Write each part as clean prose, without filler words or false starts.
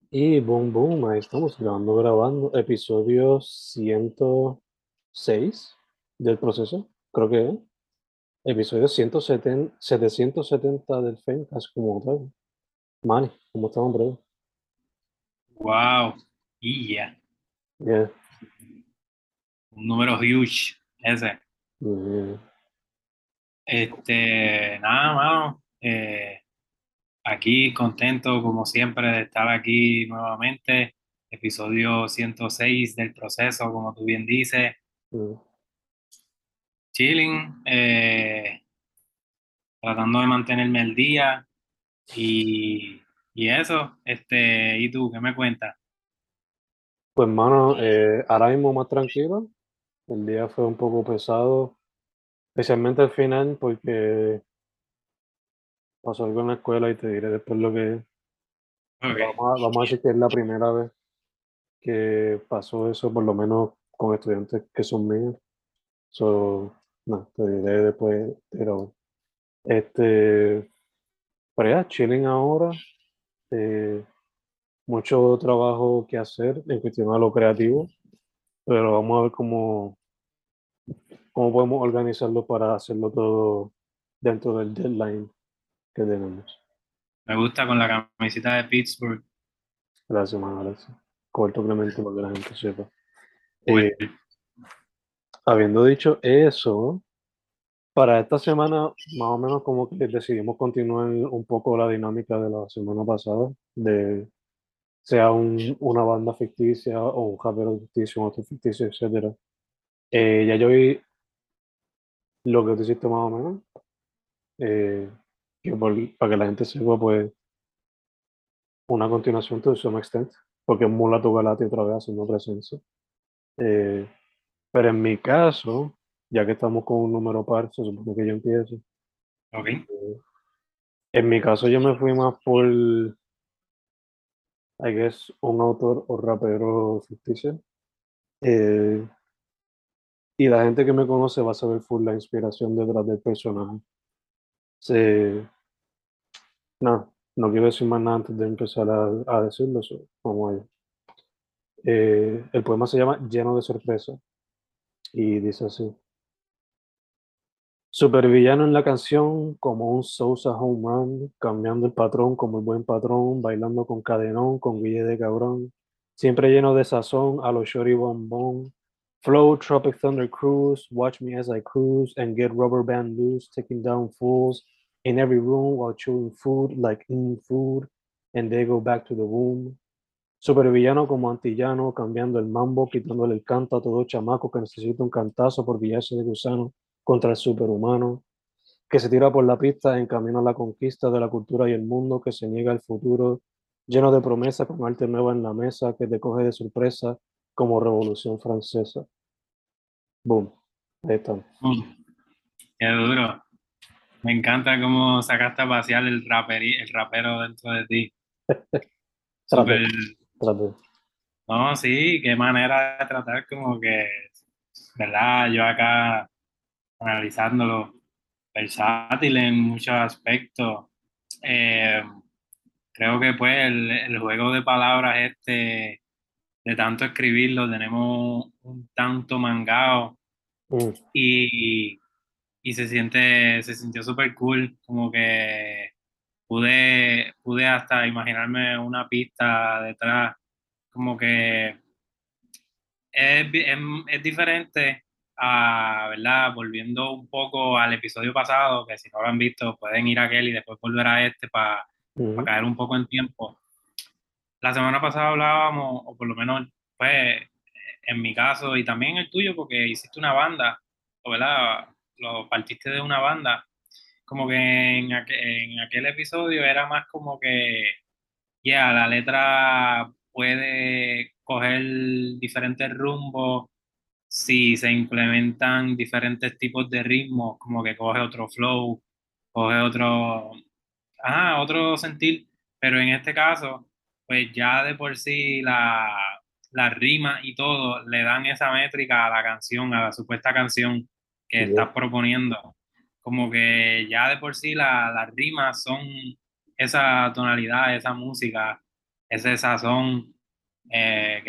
Y boom, boom, ahí estamos grabando, episodio 106 del proceso, creo que es. Episodio 170, 770 del Fencast como tal. Manny, ¿cómo estamos, brother? Wow, y ya, Bien, un número huge ese. bien. Nada, mano, aquí contento como siempre de estar aquí nuevamente. Episodio 106 del proceso, como tú bien dices. Bien. Chilling, tratando de mantenerme al día y, y eso. ¿Y tú qué me cuentas? Pues, mano, ahora mismo más tranquilo. El día fue un poco pesado, especialmente al final, porque pasó algo en la escuela y te diré después lo que es. Pero Ok. vamos a decir que es la primera vez que pasó eso, por lo menos con estudiantes que son míos. So, no, te diré después, pero este, pero ya, chilling ahora, eh, mucho trabajo que hacer en cuestión a lo creativo, pero vamos a ver cómo podemos organizarlo para hacerlo todo dentro del deadline que tenemos. Me gusta con la camiseta de Pittsburgh. Gracias, mano, gracias. Corto Clemente para que la gente sepa. Pues, Eh, habiendo dicho eso, para esta semana, más o menos como que decidimos continuar un poco la dinámica de la semana pasada, de sea una banda ficticia o un rapero ficticio, un otro ficticio, etcétera. Ya yo vi lo que tú hiciste más o menos, eh, para que la gente sepa, pues, una continuación to some extent, porque es Mulato Galati otra vez haciendo presencia. Eh, pero en mi caso, ya que estamos con un número par, se supone que yo empiezo. ok. En mi caso, yo me fui más por, I guess, un autor o rapero ficticio. Eh, y la gente que me conoce va a saber full la inspiración detrás del personaje. Sí, no, no quiero decir más nada antes de empezar a decirlo. Vamos allá. El poema se llama Lleno de sorpresa y dice así. Supervillano en la canción, como un Sousa Home Run, cambiando el patrón como el buen patrón, bailando con cadenón, con guille de cabrón, siempre lleno de sazón a los shorty bombón. Flow, Tropic Thunder Cruise, watch me as I cruise and get rubber band loose, taking down fools in every room while chewing food like food, and they go back to the womb. Supervillano como antillano, cambiando el mambo, quitándole el canto a todo chamaco que necesita un cantazo por pillarse de gusano contra el superhumano, que se tira por la pista en camino a la conquista de la cultura y el mundo, que se niega al futuro, lleno de promesa con arte nueva en la mesa, que te coge de sorpresa como Revolución Francesa. Boom. Ahí está. Mm, qué duro. Me encanta cómo sacaste a pasear el rapero dentro de ti. Traté, Súper, traté. no, sí, qué manera de tratar como que, ¿verdad? Yo acá analizándolo, versátil en muchos aspectos. Eh, Creo que pues el juego de palabras de tanto escribirlo, tenemos un tanto mangado Mm, y, y se sintió súper cool, como que pude hasta imaginarme una pista detrás, como que es diferente a, ¿verdad? Volviendo un poco al episodio pasado, que si no lo han visto pueden ir a aquel y después volver a este para mm, caer un poco en tiempo. La semana pasada hablábamos, o por lo menos pues en mi caso y también el tuyo, porque hiciste una banda, o ¿verdad? Lo partiste de una banda como que en aquel episodio era más como que, ya, la letra puede coger diferentes rumbos si se implementan diferentes tipos de ritmos, como que coge otro flow, coge otro sentir, pero en este caso, pues ya de por sí la rima y todo le dan esa métrica a la canción, a la supuesta canción que yeah. estás proponiendo. Como que ya de por sí las rimas son esa tonalidad, esa música. ese sazón que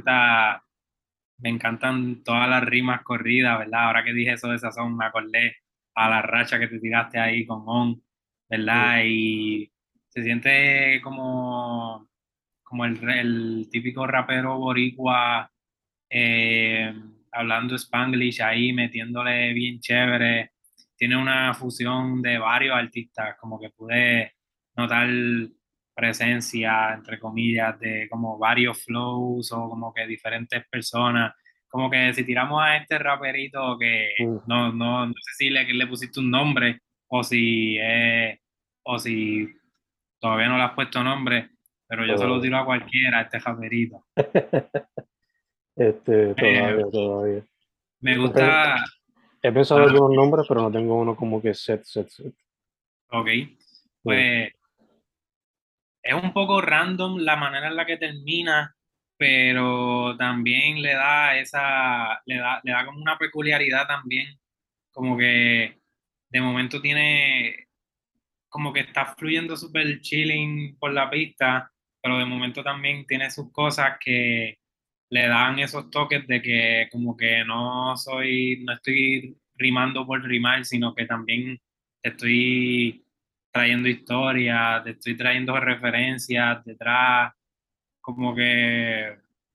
me encantan todas las rimas corridas, ¿verdad? Ahora que dije eso de sazón, me acordé a la racha que te tiraste ahí con On, Mm, ¿verdad? Y se siente como el típico rapero boricua eh, hablando Spanglish ahí, metiéndole bien chévere. Tiene una fusión de varios artistas, como que pude notar presencia, entre comillas, de como varios flows o como que diferentes personas. Como que si tiramos a este raperito que mm, no sé si le pusiste un nombre o o si todavía no le has puesto nombre, pero yo se lo todavía. tiro a cualquiera, a este raperito. Todavía, todavía. Me No tengo- gusta, He pensado ah, algunos nombres, pero no tengo uno como que set. ok, Mm, pues es un poco random la manera en la que termina, pero también le da como una peculiaridad también, como que de momento tiene, como que está fluyendo súper chilling por la pista, pero de momento también tiene sus cosas que le dan esos toques de que como que no estoy rimando por rimar, sino que también te estoy trayendo historias, te estoy trayendo referencias detrás, como que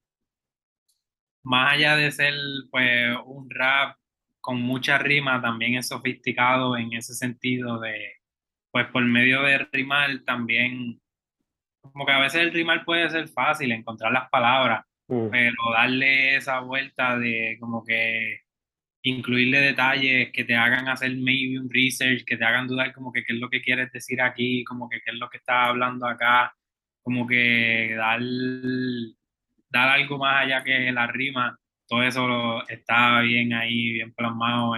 más allá de ser pues un rap con mucha rima, también es sofisticado en ese sentido de, pues por medio de rimar también como que a veces el rimar puede ser fácil, encontrar las palabras, mm, pero darle esa vuelta de como que incluirle detalles que te hagan hacer maybe un research, que te hagan dudar como que qué es lo que quieres decir aquí, como que qué es lo que estás hablando acá, como que dar algo más allá que la rima, todo eso está bien ahí, bien plasmado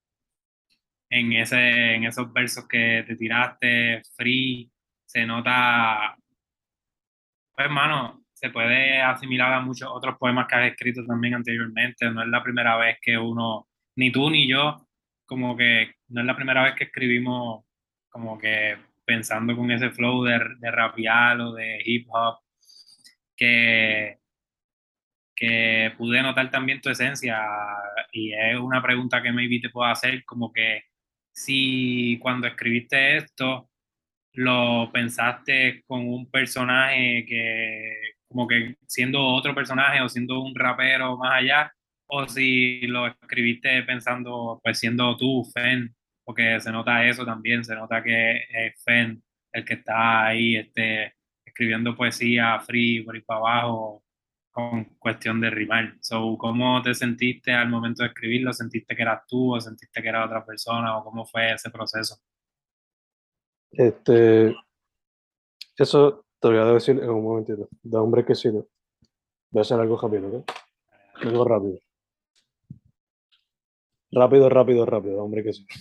en esos versos que te tiraste, free, se nota. Pues, hermano, se puede asimilar a muchos otros poemas que has escrito también anteriormente. No es la primera vez que uno, ni tú ni yo, como que no es la primera vez que escribimos como que pensando con ese flow de rapear o de hip hop, que, que pude notar también tu esencia. Y es una pregunta que maybe te puedo hacer, como que si cuando escribiste esto lo pensaste con un personaje que, como que siendo otro personaje o siendo un rapero más allá, o si lo escribiste pensando, pues siendo tú, Fen, porque se nota eso también, se nota que es Fen el que está ahí escribiendo poesía free por ahí para abajo con cuestión de rimar. So, ¿cómo te sentiste al momento de escribirlo? ¿Sentiste que eras tú o sentiste que era otra persona o cómo fue ese proceso? Este, Eso te voy a decir en un momentito. Da hombre que sí, ¿no? Voy a hacer algo rápido, ¿ok? Algo rápido. Rápido, da hombre que sí.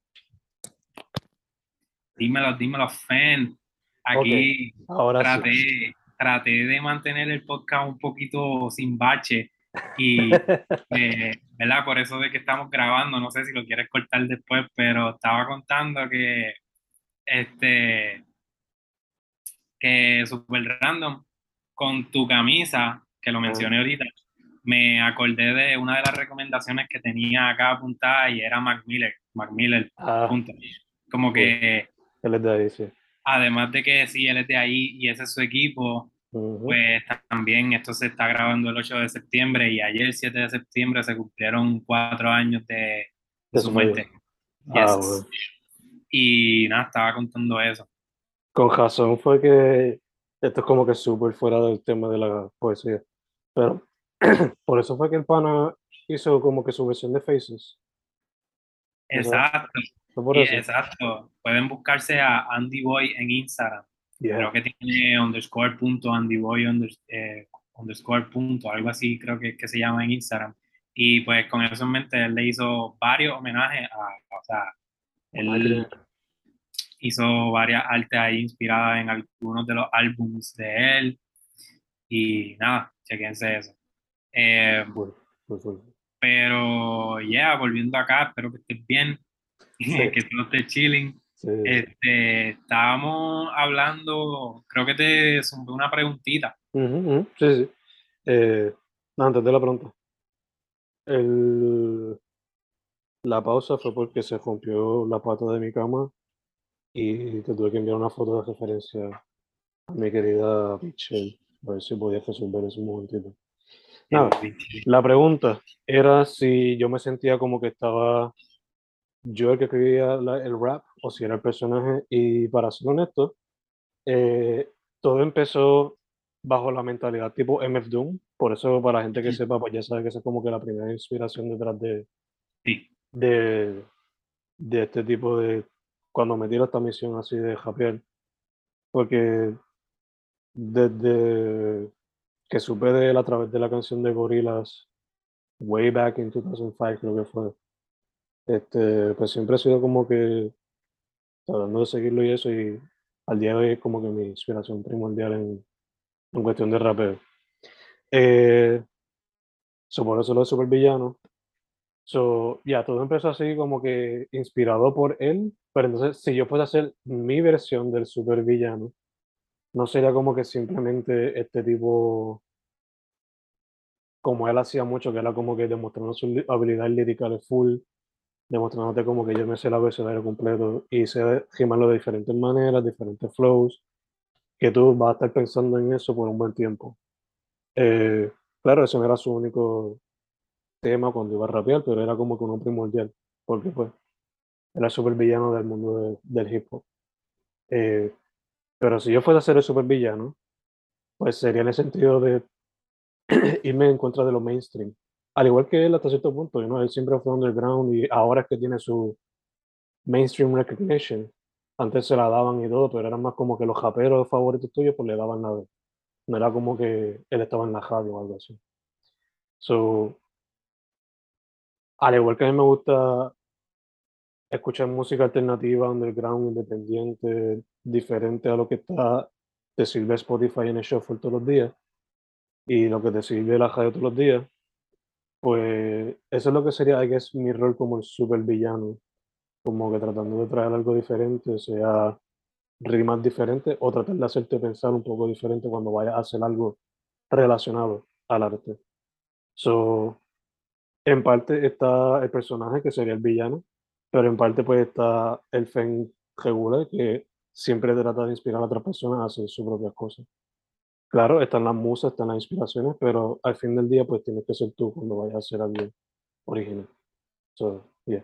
Dímelo, Fen. Ok, Aquí ahora sí. traté de mantener el podcast un poquito sin bache y, ¿verdad? Por eso de que estamos grabando, no sé si lo quieres cortar después, pero estaba contando este, que súper random, con tu camisa, que lo Ah, mencioné ahorita, me acordé de una de las recomendaciones que tenía acá apuntada y era Mac Miller, ah, punto. Como cool. que Él es de ahí, sí. además de que sí, él es de ahí y ese es su equipo, Ujú. pues también esto se está grabando el 8 de septiembre y ayer, 7 de septiembre, se cumplieron 4 años de Eso su fue bien. muerte. Ah, Yes. bueno. Y nada, estaba contando eso. Con razón fue que esto es como que súper fuera del tema de la poesía. Pero por eso fue que el pana hizo como que su versión de Faces. ¿No sabes? Exacto. Fue por Y eso. exacto. Pueden buscarse a Andy Boy en Instagram. Yeah. Creo que tiene underscore punto Andy Boy underscore punto, algo así creo que se llama en Instagram. Y pues con eso en mente, él le hizo varios homenajes o sea, No me creer. él hizo varias artes ahí inspiradas en algunos de los álbums de él. Y nada, chequense eso. Eh, Full. pero, yeah, volviendo acá, espero que estés bien, Sí, que tú no estés chilling. Sí. Estábamos hablando, creo que te zumbé una preguntita. Ujú, ujú, sí, sí. No, antes de la pregunta, el, la pausa fue porque se rompió la pata de mi cama y te tuve que enviar una foto de referencia a mi querida Michelle, a ver si podías resolver eso un momentito. Nada, El bichi. la pregunta era si yo me sentía como que estaba yo el que escribía el rap o si era el personaje. Y para ser honesto, eh, todo empezó bajo la mentalidad tipo MF Doom. Por eso, para la gente que sepa, pues ya sabe que esa es como que la primera inspiración detrás Sí, de, de este tipo de, cuando me tiro esta misión así de Javier. Porque desde que supe de él a través de la canción de Gorillaz, way back in 2005 creo que fue, pues siempre he sido como que tratando de seguirlo y eso, y al día de hoy es como que mi inspiración primordial en cuestión de rapeo. Eh, por eso lo de Supervillano. Ya, todo empezó así como que inspirado por él, pero entonces si yo fuese a hacer mi versión del supervillano, no sería como que simplemente este tipo, como él hacía mucho, que era como que demostrando su habilidad lírica de full, demostrándote como que yo me sé el abecedario completo y sé rimarlo de diferentes maneras, diferentes flows, que tú vas a estar pensando en eso por un buen tiempo. Eh, claro, ese no era su único tema cuando iba a rapear, pero era como que uno primordial, porque pues era el supervillano del mundo del hip hop. Eh, pero si yo fuese a ser el supervillano, pues sería en el sentido de irme en contra de lo mainstream. Al igual que él hasta cierto punto, ¿no? Él siempre fue underground y ahora es que tiene su mainstream recognition. Antes se la daban y todo, pero eran más como que los japeros favoritos tuyos pues le daban nada. No era como que él estaba en la radio o algo así. So, al igual que a mí me gusta escuchar música alternativa, underground, independiente, diferente a lo que te sirve Spotify en el shuffle todos los días y lo que te sirve la radio todos los días, pues eso es lo que sería, I guess, mi rol como el supervillano, como que tratando de traer algo diferente, sea rimas diferentes o tratar de hacerte pensar un poco diferente cuando vayas a hacer algo relacionado al arte. So, en parte está el personaje, que sería el villano, pero en parte pues está el Fen regular, que siempre trata de inspirar a otras personas a hacer sus propias cosas. Claro, están las musas, están las inspiraciones, pero al fin del día pues tienes que ser tú cuando vayas a hacer algo original. So, yeah.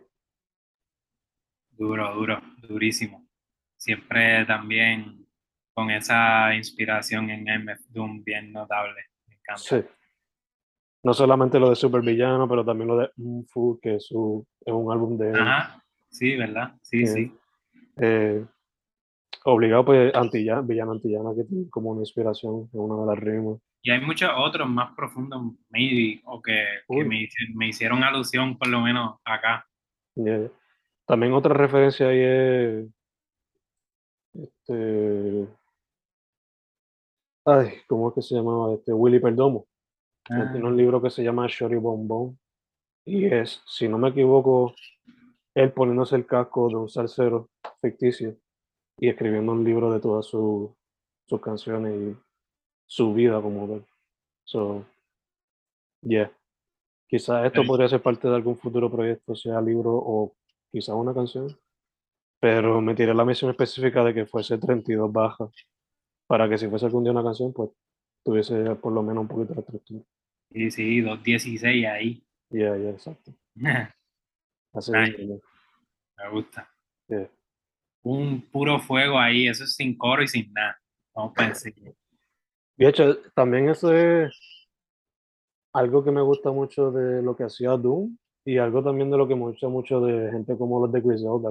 duro, duro, durísimo. Siempre también con esa inspiración en MF Doom bien notable. Me Sí. encanta. No solamente lo de Supervillano, pero también lo de Fu, que es un álbum de él. Ajá, sí, ¿verdad? Sí, eh, sí. eh, Obligado pues Antillana, Villano Antillana, que tiene como una inspiración en una de las rimas. Y hay muchos otros más profundos, maybe, o que Uy, me hicieron alusión, por lo menos acá. yeah. También otra referencia ahí es, este, ay, ¿cómo es que se llamaba? Willy Perdomo. Él Ah, tiene un libro que se llama Shorty Bombón y es, si no me equivoco, él poniéndose el casco de un salsero ficticio y escribiendo un libro de todas sus canciones y su vida como tal. So, yeah. Quizás esto pero- podría ser parte de algún futuro proyecto, sea libro o quizás una canción, pero me tiré la misión específica de que fuese 32 bajas, para que si fuese algún día una canción, pues tuviese por lo menos un poquito de estructura. sí, sí, 216 ahí. Yeah, yeah, exacto. Así Nice, mismo, me gusta. yeah. Un puro fuego ahí, eso es sin coro y sin nada. Vamos para encima. Y de hecho, también eso es algo que me gusta mucho de lo que hacía Doom y algo también de lo que me gusta mucho de gente como los de Griselda,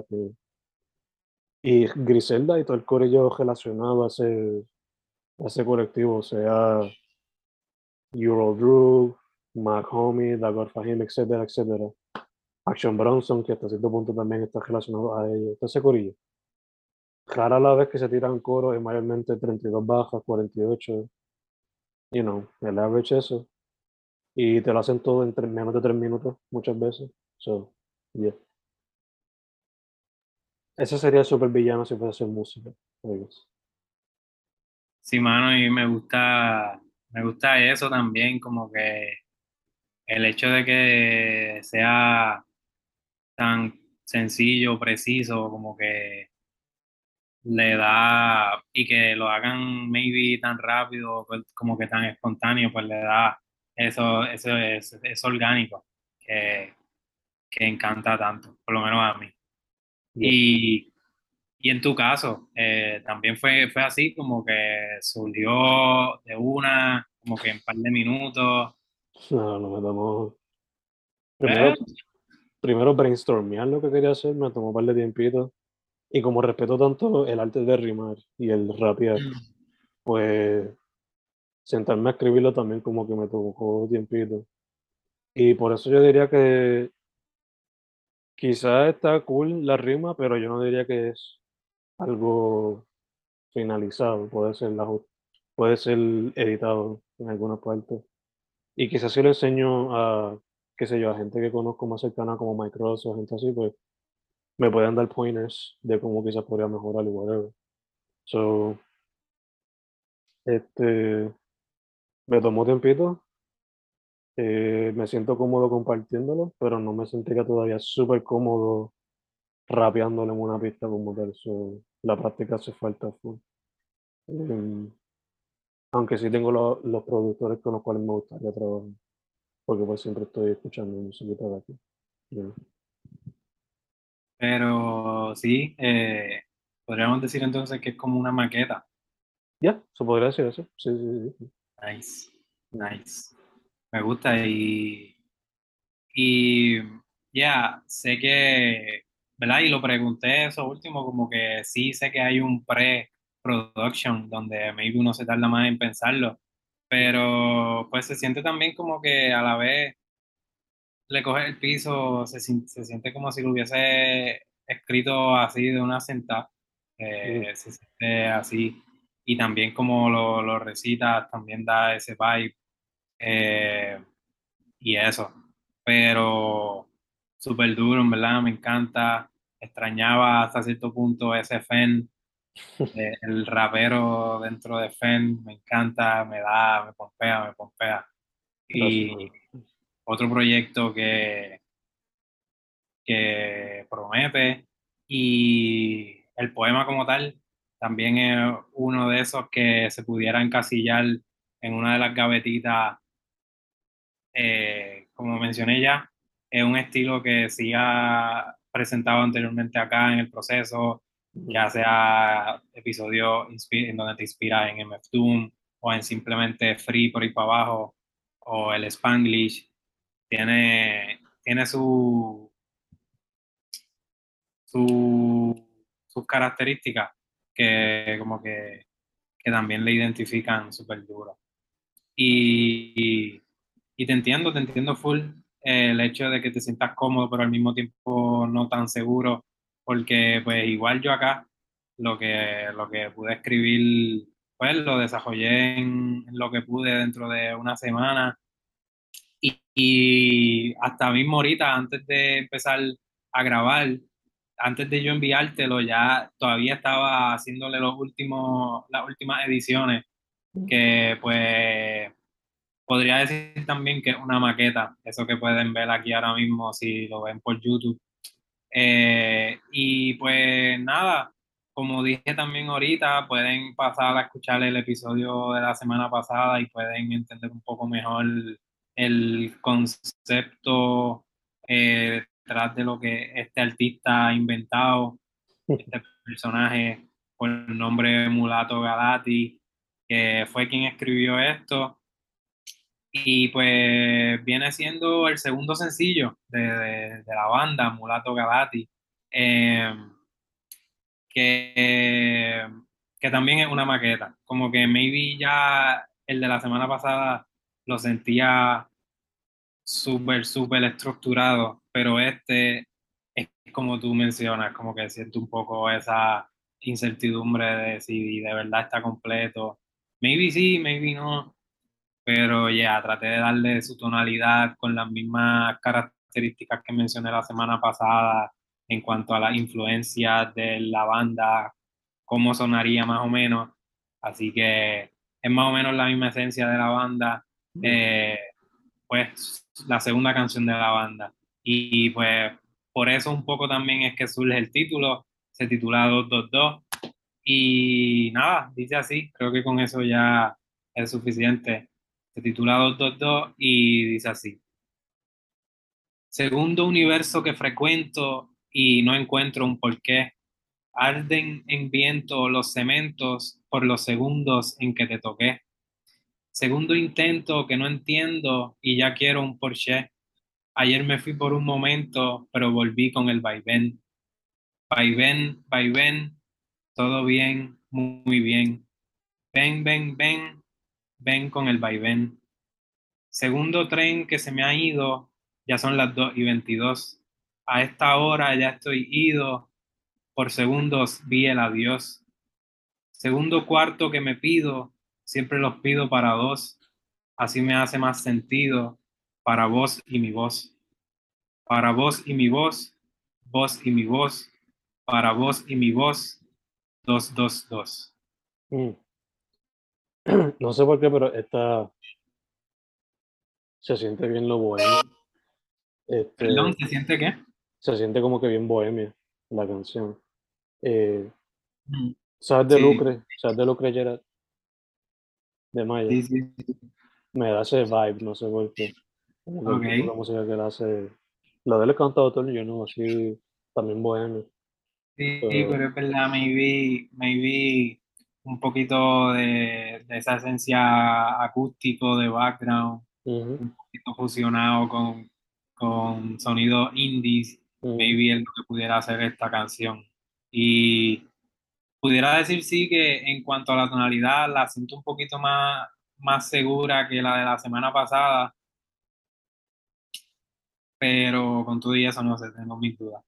y Griselda y todo el corillo relacionado a ese colectivo, sea Eurodrug, Mac Homie, Dagor Fahim, etcétera, etcétera. Action Bronson, que hasta cierto punto también está relacionado a ellos. Entonces, corillo. Rara la vez que se tiran coros, es mayormente 32 bajas, 48, el average eso. Y te lo hacen todo en menos de 3 minutos, muchas veces. So, yeah. Ese sería el supervillano si fuese hacer música. I guess. Sí, mano, y me gusta eso también, como que el hecho de que sea tan sencillo, preciso, como que le da, y que lo hagan maybe tan rápido, pues, como que tan espontáneo, pues le da eso es orgánico, que, que encanta tanto, por lo menos a mí. Yeah. Y, y en tu caso, también fue así, como que surgió de una, como que en un par de minutos. No, no me tomó. Primero, Eh, primero brainstormear lo que quería hacer, me tomó un par de tiempitos. Y como respeto tanto el arte de rimar y el rapear, pues sentarme a escribirlo también como que me tomó tiempito. Y por eso yo diría que quizás está cool la rima, pero yo no diría que es algo finalizado. Puede ser editado en alguna parte. Y quizás si lo enseño a, qué sé yo, a gente que conozco más cercana como Microsoft, gente así, pues me pueden dar pointers de cómo quizás podría mejorar y whatever. So, este, me tomó tiempito. Me siento cómodo compartiéndolo, pero no me sentiría todavía súper cómodo rapeándolo en una pista como tal. So, la práctica hace falta full. Eh, Aunque sí tengo los productores con los cuales me gustaría trabajar, porque pues siempre estoy escuchando música de aquí. Yeah. pero sí, podríamos decir entonces que es como una maqueta. Ya, se podría decir eso. Sí, sí, sí, Nice, sí. nice. Me gusta y ya, sé que, ¿verdad? Y lo pregunté eso último, como que sí sé que hay un pre-production donde maybe uno se tarda más en pensarlo, Mm, pero pues se siente también como que a la vez le coge el piso, se siente como si lo hubiese escrito así de una sentada, mm, se siente así, y también como lo recita, también da ese vibe, eh, y eso, pero súper duro, en verdad, me encanta, extrañaba hasta cierto punto ese Fen, el rapero dentro de Fen, me encanta, me pompea, Gracias, y man. otro proyecto que promete y el poema como tal también es uno de esos que se pudiera encasillar en una de las gavetitas, como mencioné ya, es un estilo que sí ha presentado anteriormente acá en el proceso, Mm. ya sea episodios en donde te inspiras en MF Doom o en simplemente Free por ahí para abajo o el Spanglish, tiene su, sus características que como que también le identifican súper duro. Y, y te entiendo full, el hecho de que te sientas cómodo, pero al mismo tiempo no tan seguro, porque pues igual yo acá lo que pude escribir, pues lo desarrollé en lo que pude dentro de una semana y hasta mismo ahorita, antes de empezar a grabar, antes de yo enviártelo, ya todavía estaba haciéndole las últimas ediciones, que pues podría decir también que es una maqueta, eso que pueden ver aquí ahora mismo si lo ven por YouTube. Y pues nada, como dije también ahorita, pueden pasar a escuchar el episodio de la semana pasada y pueden entender un poco mejor el concepto detrás de lo que este artista ha inventado, este personaje por el nombre Mulato Galati, que fue quien escribió esto. Y pues viene siendo el segundo sencillo de la banda, Mulato Galati, eh, que, que también es una maqueta. Como que maybe ya el de la semana pasada lo sentía súper estructurado, pero este es como tú mencionas, como que siento un poco esa incertidumbre de si de verdad está completo. Maybe sí, maybe no, pero ya traté de darle su tonalidad con las mismas características que mencioné la semana pasada, en cuanto a las influencias de la banda, cómo sonaría más o menos. Así que es más o menos la misma esencia de la banda, Mm. eh, pues la segunda canción de la banda. Y pues por eso un poco también es que surge el título, se titula 222 y nada, dice así, creo que con eso ya es suficiente. Se titula 222 y dice así. Segundo universo que frecuento y no encuentro un porqué. Arden en viento los cementos por los segundos en que te toqué. Segundo intento que no entiendo y ya quiero un Porsche. Ayer me fui por un momento, pero volví con el vaivén. Vaivén, vaivén, todo bien, muy bien. Ven, ven, ven, ven con el vaivén. Segundo tren que se me ha ido, ya son las 2:22. A esta hora ya estoy ido, por segundos vi el adiós. Segundo cuarto que me pido, siempre los pido para dos. Así me hace más sentido para vos y mi voz. Para vos y mi voz y mi voz, para vos y mi voz, dos, dos, dos. Mm. No sé por qué, pero esta se siente bien lo bohemio. Perdón, Este, ¿se siente qué? se siente como que bien bohemia la canción. Eh, Mm. ¿Sabes de Sí, Lucre? ¿Sabes de Lucre Gerard de Maya? sí, sí, sí. Me da ese vibe, no sé por qué. Como que el tipo de Ok. música que él hace. Lo de él es cantautor, yo no, así también bohemio. Sí, Pero, pero es verdad, maybe un poquito de esa esencia acústico de background, ujú, un poquito fusionado con sonidos indies, ujú, maybe es lo que pudiera hacer esta canción. Y pudiera decir sí que en cuanto a la tonalidad la siento un poquito más segura que la de la semana pasada, pero con todo y eso no sé, tengo mis dudas.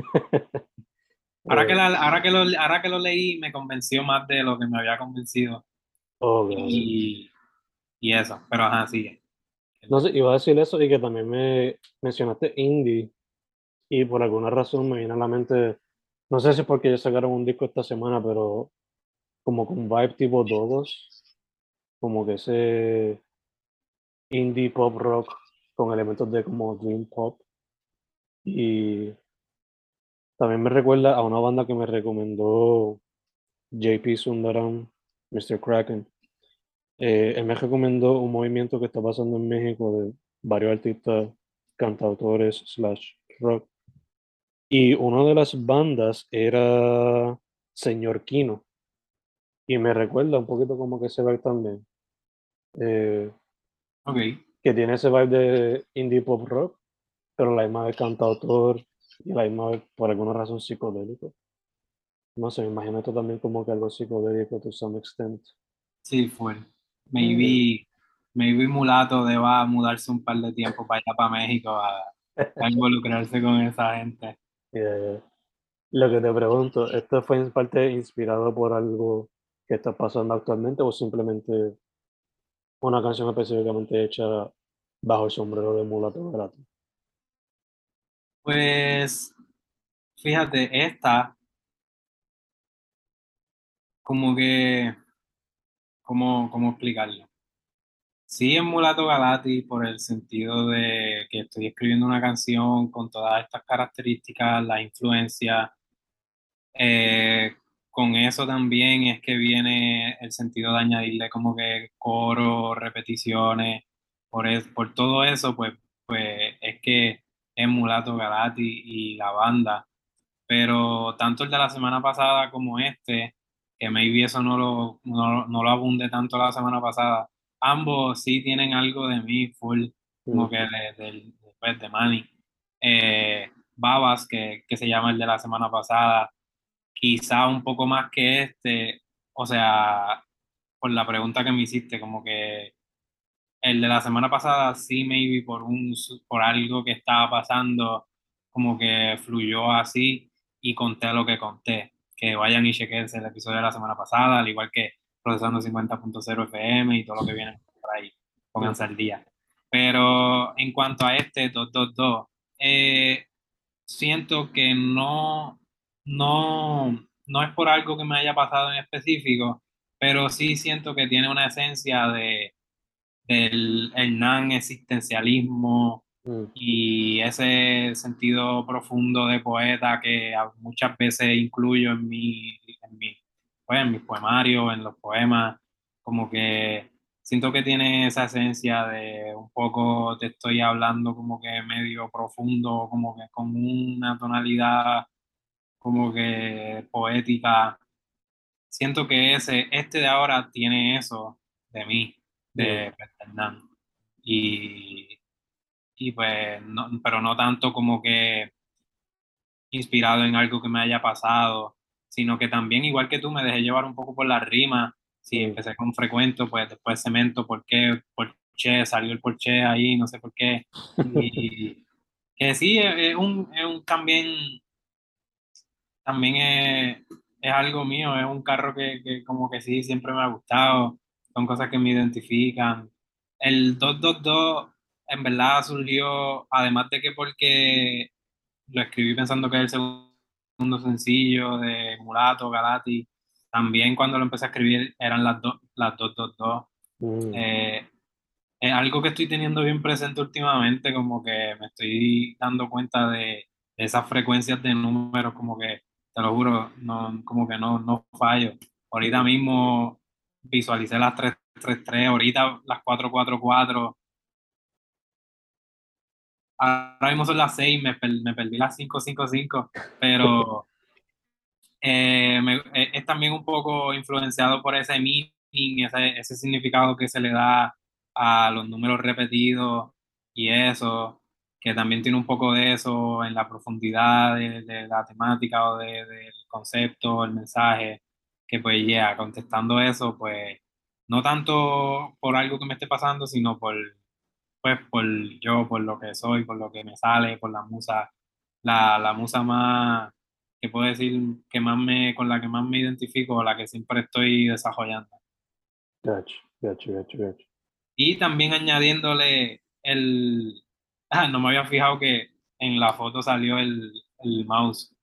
eh, Ahora que lo leí me convenció más de lo que me había convencido ok, ok. y, y eso, pero ajá, sigue. No sé, iba a decir eso y que también me mencionaste indie y por alguna razón me viene a la mente, no sé si es porque ya sacaron un disco esta semana, pero como con vibe tipo Dogos, como que ese indie pop rock con elementos de como dream pop y también me recuerda a una banda que me recomendó JP Sundaram, Mr. Kraken. Él me recomendó un movimiento que está pasando en México de varios artistas, cantautores, slash rock. Y una de las bandas era Señor Kino. Y me recuerda un poquito como que ese vibe también. eh, Ok, que tiene ese vibe de indie pop rock, pero la misma vez cantautor y la misma vez por alguna razón psicodélico. No sé, me imagino esto también como que algo psicodélico to some extent. sí, fue. Eh, Maybe, maybe Mulato deba mudarse un par de tiempo para allá, para México, a involucrarse con esa gente. eh, lo que te pregunto, ¿esto fue en parte inspirado por algo que está pasando actualmente o simplemente una canción específicamente hecha bajo el sombrero de Mulato Grato? Pues, fíjate, esta, como que, ¿cómo explicarlo? Sí, es Mulato Galati por el sentido de que estoy escribiendo una canción con todas estas características, la influencia. Eh, con eso también es que viene el sentido de añadirle como que coro, repeticiones, por todo eso, pues es que es Mulato Galati y la banda. Pero tanto el de la semana pasada como este, que maybe eso no lo abunde tanto la semana pasada, ambos sí tienen algo de mí full, como que Ujú, pues, de Manny. Babas, que se llama el de la semana pasada, quizá un poco más que este, o sea, por la pregunta que me hiciste, como que el de la semana pasada sí, maybe por algo que estaba pasando, como que fluyó así y conté lo que conté. Que vayan y chequen el episodio de la semana pasada, al igual que Procesando 50.0 FM y todo lo que viene por ahí. Pónganse ujú, al día. Pero en cuanto a este 222, siento que no es por algo que me haya pasado en específico, pero sí siento que tiene una esencia del el nan existencialismo Mm, y ese sentido profundo de poeta que muchas veces incluyo pues, en mis poemarios, en los poemas, como que siento que tiene esa esencia de un poco te estoy hablando como que medio profundo, como que con una tonalidad como que poética. Siento que este de ahora tiene eso de mí, mm, de Fernán. Y, y pues, pero no tanto como que inspirado en algo que me haya pasado, sino que también, igual que tú, me dejé llevar un poco por la rima. Si mm. empecé con frecuento, pues después cemento, ¿por qué? Porché, salió el porché ahí, no sé por qué. Y que sí, es un también es algo mío, es un carro que como que sí, siempre me ha gustado, son cosas que me identifican. El 222 en verdad surgió, además de que porque lo escribí pensando que es el segundo sencillo de Mulato, Galati, también cuando lo empecé a escribir eran las 222. Mm, Eh, es algo que estoy teniendo bien presente últimamente, como que me estoy dando cuenta de esas frecuencias de números, como que, te lo juro, no, como que no fallo. Ahorita mm. mismo visualicé las 333, ahorita las 444, ahora mismo son las 6, me perdí las 555, pero es también un poco influenciado por ese meaning, ese significado que se le da a los números repetidos y eso, que también tiene un poco de eso en la profundidad de la temática o del concepto, el mensaje, que pues ya, contestando eso, pues no tanto por algo que me esté pasando, sino pues por yo, por lo que soy, por lo que me sale, por la musa, la musa más, que puedo decir, con la que más me identifico, la que siempre estoy desarrollando. Gacho, gacho, gacho, gacho. Y también añadiéndole no me había fijado que en la foto salió el mouse.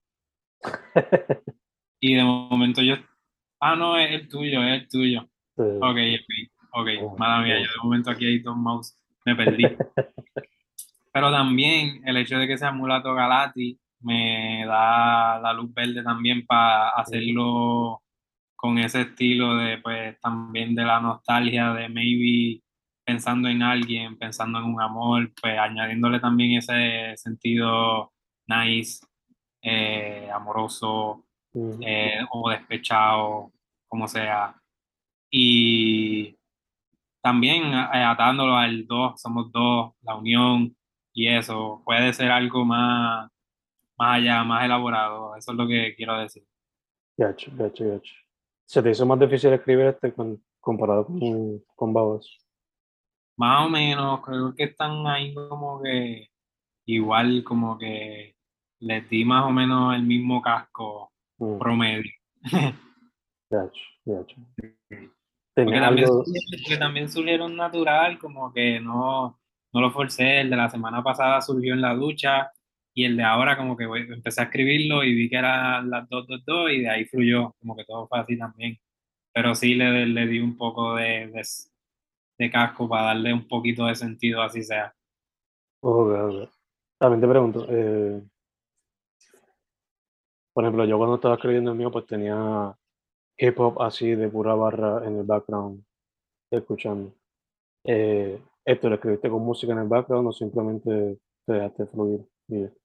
Y de momento no, es el tuyo, es el tuyo. Ok, ok, Vamos, mala mía, yo vamos. de momento aquí hay dos mouse, me perdí. Pero también el hecho de que sea Mulato Galati me da la luz verde también para Mm, hacerlo con ese estilo de, pues, también de la nostalgia, de maybe pensando en alguien, pensando en un amor, pues añadiéndole también ese sentido nice, amoroso, mm. o despechado, como sea. Y también atándolo al dos, somos dos, la unión y eso, puede ser algo más allá, más elaborado, eso es lo que quiero decir. Gacho, gacho, gacho. ¿Se te hizo más difícil escribir comparado con Babas? Más o menos, creo que están ahí como que igual, como que les di más o menos el mismo casco Mm, promedio. gacho, gacho. Porque ¿Tenía también, algo? porque también surgieron natural, como que no lo forcé. El de la semana pasada surgió en la ducha y el de ahora como que empecé a escribirlo y vi que eran las 222 y de ahí fluyó, como que todo fue así también. Pero sí le di un poco de casco para darle un poquito de sentido, así sea. Oh, ok. También te pregunto, por ejemplo, yo cuando estaba escribiendo el mío, pues tenía hip hop así de pura barra en el background, escuchando. ¿Esto lo escribiste con música en el background o simplemente te dejaste fluir? Y ya?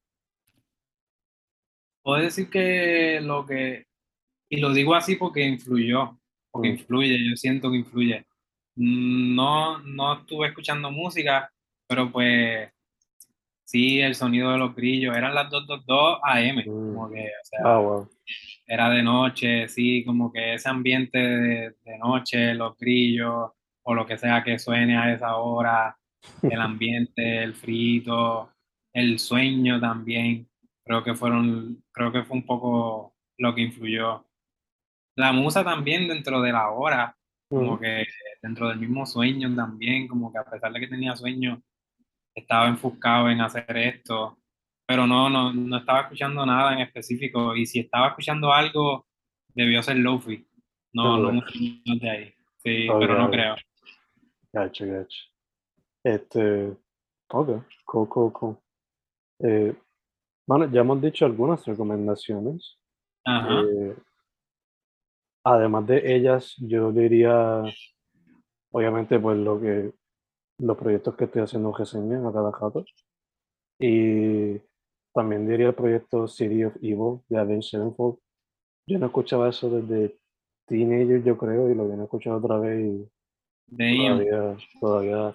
Puedo decir que y lo digo así porque influyó, porque Mm, influye, yo siento que influye. No estuve escuchando música, pero pues sí, el sonido de los grillos, eran las 222 AM, mm. como que, o Ah, sea, wow. era de noche, sí, como que ese ambiente de noche, los grillos, o lo que sea que suene a esa hora, el ambiente, el frito, el sueño también, creo que fue un poco lo que influyó. La musa también dentro de la hora, Mm, como que dentro del mismo sueño también, como que a pesar de que tenía sueño, estaba enfocado en hacer esto. pero no estaba escuchando nada en específico. Y si estaba escuchando algo, debió ser Lofi. No Ok, mucho más de ahí. Sí, ok, pero no ok. creo. Gacho, gacho. Este, ok, cool, cool, cool. Eh, bueno, ya hemos dicho algunas recomendaciones. Ajá. Eh, además de ellas, yo diría, obviamente, pues los proyectos que estoy haciendo reseña a cada rato. Y también diría el proyecto City of Evil de Avenged Sevenfold. Yo no escuchaba eso desde teenager, yo creo, y lo vine a escuchar otra vez y Damn. todavía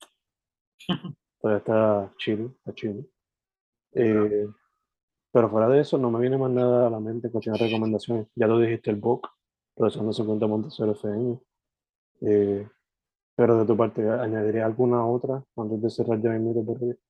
está chido, está chido. Eh, pero fuera de eso, no me viene más nada a la mente en cuestión de recomendaciones. Ya lo dijiste, el book, Profesor 50.0 FM. Eh, pero de tu parte, ¿añadiría alguna otra antes de cerrar ya el mito por hoy?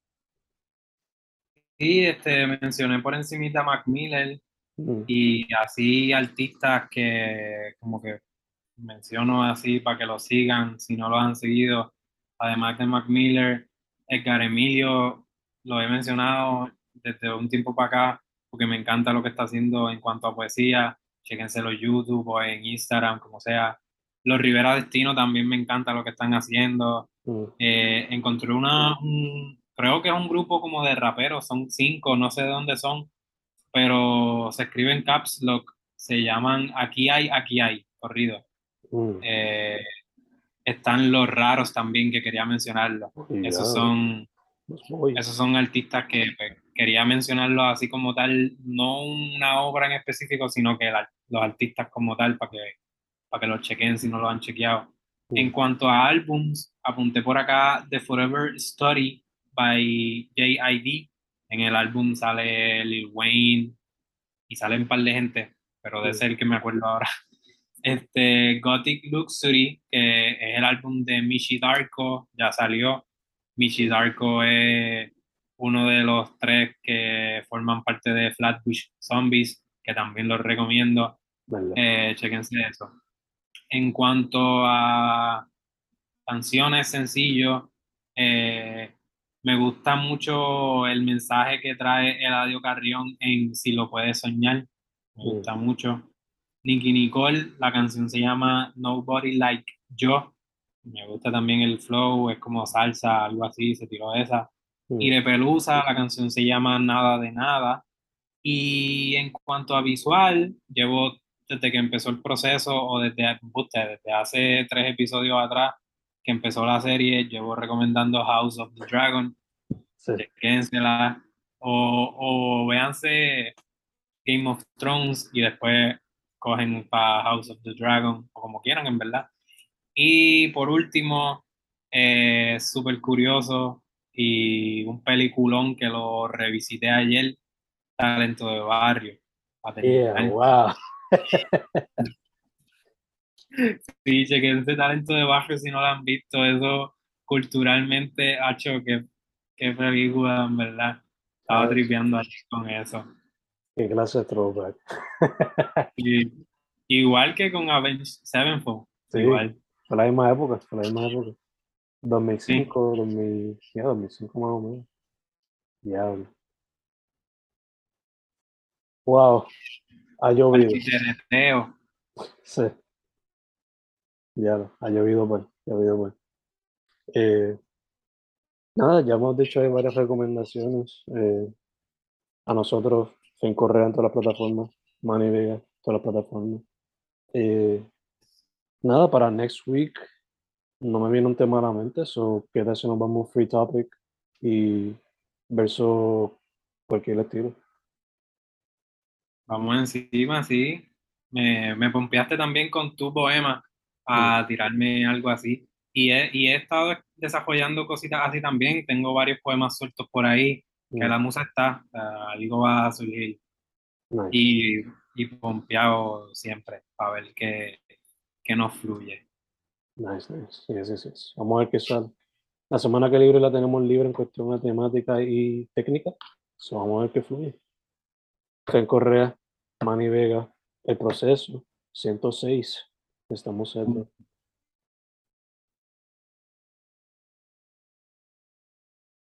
Sí, mencioné por encimita a Mac Miller Mm, y así artistas que como que menciono así para que lo sigan si no lo han seguido. Además de Mac Miller, Edgar Emilio, lo he mencionado desde un tiempo para acá porque me encanta lo que está haciendo en cuanto a poesía. Chéquenselo en YouTube o en Instagram, como sea. Los Rivera Destino también me encanta lo que están haciendo. mm, Encontré creo que es un grupo como de raperos, son 5, no sé de dónde son, pero se escribe en Caps Lock, se llaman Aquí hay, corrido. mm. Eh, Están los raros también que quería mencionarlo. Y ya, Esos son, los voy. esos son artistas que pues, quería mencionarlos así como tal, no una obra en específico, sino que los artistas como tal para que los chequen si no lo han chequeado. En Mm, cuanto a álbums, apunté por acá The Forever Story by J.I.D. En el álbum sale Lil Wayne y sale un par de gente, pero de mm, ser que me acuerdo ahora. Gothic Luxury, que es el álbum de Michi Darko, ya salió. Michi mm. Darko es uno de los 3 que forman parte de Flatbush Zombies, que también los recomiendo. ¿Verdad? Chéquense eso. En cuanto a canciones, sencillos, eh, me gusta mucho el mensaje que trae Eladio Carrión en Si lo puedes soñar. Me Mm, gusta mucho. Nicki Nicole, la canción se llama Nobody Like Yo. Me gusta también el flow, es como salsa, algo así, se tiró esa. mm, Y Pelusa, la canción se llama Nada de Nada. Y en cuanto a visual, llevo desde que empezó el proceso o desde hace 3 episodios atrás que empezó la serie, llevo recomendando House of the Dragon, sí. chequénsela, o véanse Game of Thrones y después cogen para House of the Dragon, o como quieran, en verdad. Y por último, súper curioso y un peliculón que lo revisité ayer, Talento de Barrio, para Yeah, terminar. wow. Sí, chequense Talento de Barrio si no lo han visto, eso culturalmente ha hecho que película, en verdad. Estaba Ah, tripeando ahí con eso. qué clase de throwback. Y, igual que con Avenged Sevenfold, Sí, igual. fue la misma época, fue la misma época. Sí, 2005, 2000, ya, 2005 más o menos. Diablo. Wow, ha llovido. Architereteo. Sí, ya, ha llovido pues, ha llovido pues. Eh, nada, ya hemos dicho ahí varias recomendaciones. A nosotros, en Correa en todas las plataformas, Manny Vega, todas las plataformas. Eh, nada, para next week no me viene un tema a la mente, so qué tal si nos vamos free topic y verso cualquier estilo. Vamos encima, sí. Me pompeaste también con tu poema Mm, a tirarme algo así. Y he estado desarrollando cositas así también. Tengo varios poemas sueltos por ahí, que mm, la musa está, algo va a surgir. nice, Y, y pompeado siempre, para ver qué nos fluye. nice, nice. Sí, sí, sí, sí. Vamos a ver qué sale. La semana que libre la tenemos libre en cuestión de temática y técnica. So, vamos a ver qué fluye. Ken Correa, Manny Vega, El Proceso, 106. Estamos cerca.